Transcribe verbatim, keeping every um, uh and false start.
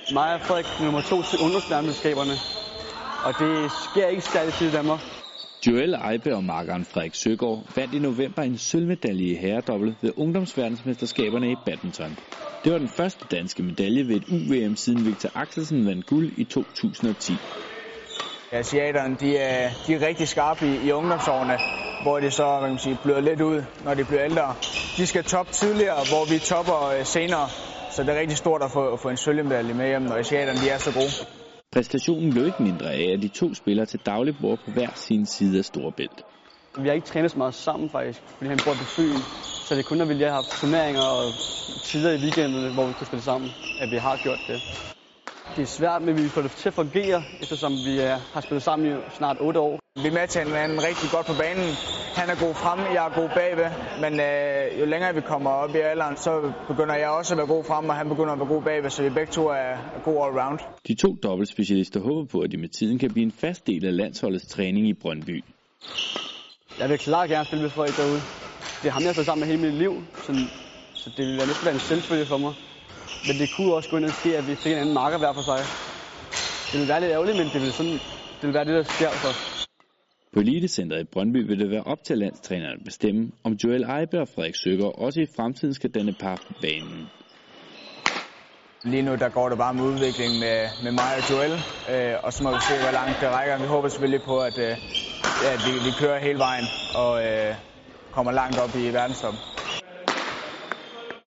Mig og Frederik nummer to til ungdomsverdensmesterskaberne, og det sker ikke særlig tit i Danmark. Joel Eibe og makkeren Frederik Søgaard vandt i november en sølvmedalje i herredobbelt ved ungdomsverdensmesterskaberne i badminton. Det var den første danske medalje ved et U V M siden Victor Axelsen vandt guld i to tusind og ti. Asiaterne, de er, de er rigtig skarpe i, i ungdomsårene, hvor de så man kan sige, bløder lidt ud, når de bliver ældre. De skal toppe tidligere, hvor vi topper senere, så det er rigtig stort at få, at få en sølvmedalje med hjem, når asiaterne de er så gode. Præstationen blev ikke mindre af, at de to spillere til daglig bor på hver sin side af Storebælt. Vi har ikke trænet så meget sammen faktisk, fordi han bor på Fyn, så det er kun, når vi lige har haft turneringer og tider i weekenderne, hvor vi kunne spille sammen, at vi har gjort det. Det er svært, men vi får det til at fungere, eftersom vi har spillet sammen i snart otte år. Vi matcher hinanden rigtig godt på banen. Han er god fremme, jeg er god bagved, men øh, jo længere vi kommer op i alderen, så begynder jeg også at være god fremme, og han begynder at være god bagved, så vi begge to er gode all-round. De to dobbeltspecialister håber på, at de med tiden kan blive en fast del af landsholdets træning i Brøndby. Jeg vil klart gerne spille med Frederik derude. Det er ham, jeg har stået sammen med hele mit liv, så, så det vil være næsten være en selvfølge for mig. Men det kunne også gå ind og ske, at vi fik en anden marker hver for sig. Det vil være lidt ærgerligt, men det vil, sådan, det vil være det, der sker for os. På Elitecentret i Brøndby vil det være op til landstræneren at bestemme, om Joel Eibe og Frederik Søgaard også i fremtiden skal danne par på banen. Lige nu der går det bare med udvikling med, med mig og Joel, øh, og så må vi se, hvor langt det rækker. Vi håber selvfølgelig på, at, øh, at vi, vi kører hele vejen og øh, kommer langt op i verdenstoppen.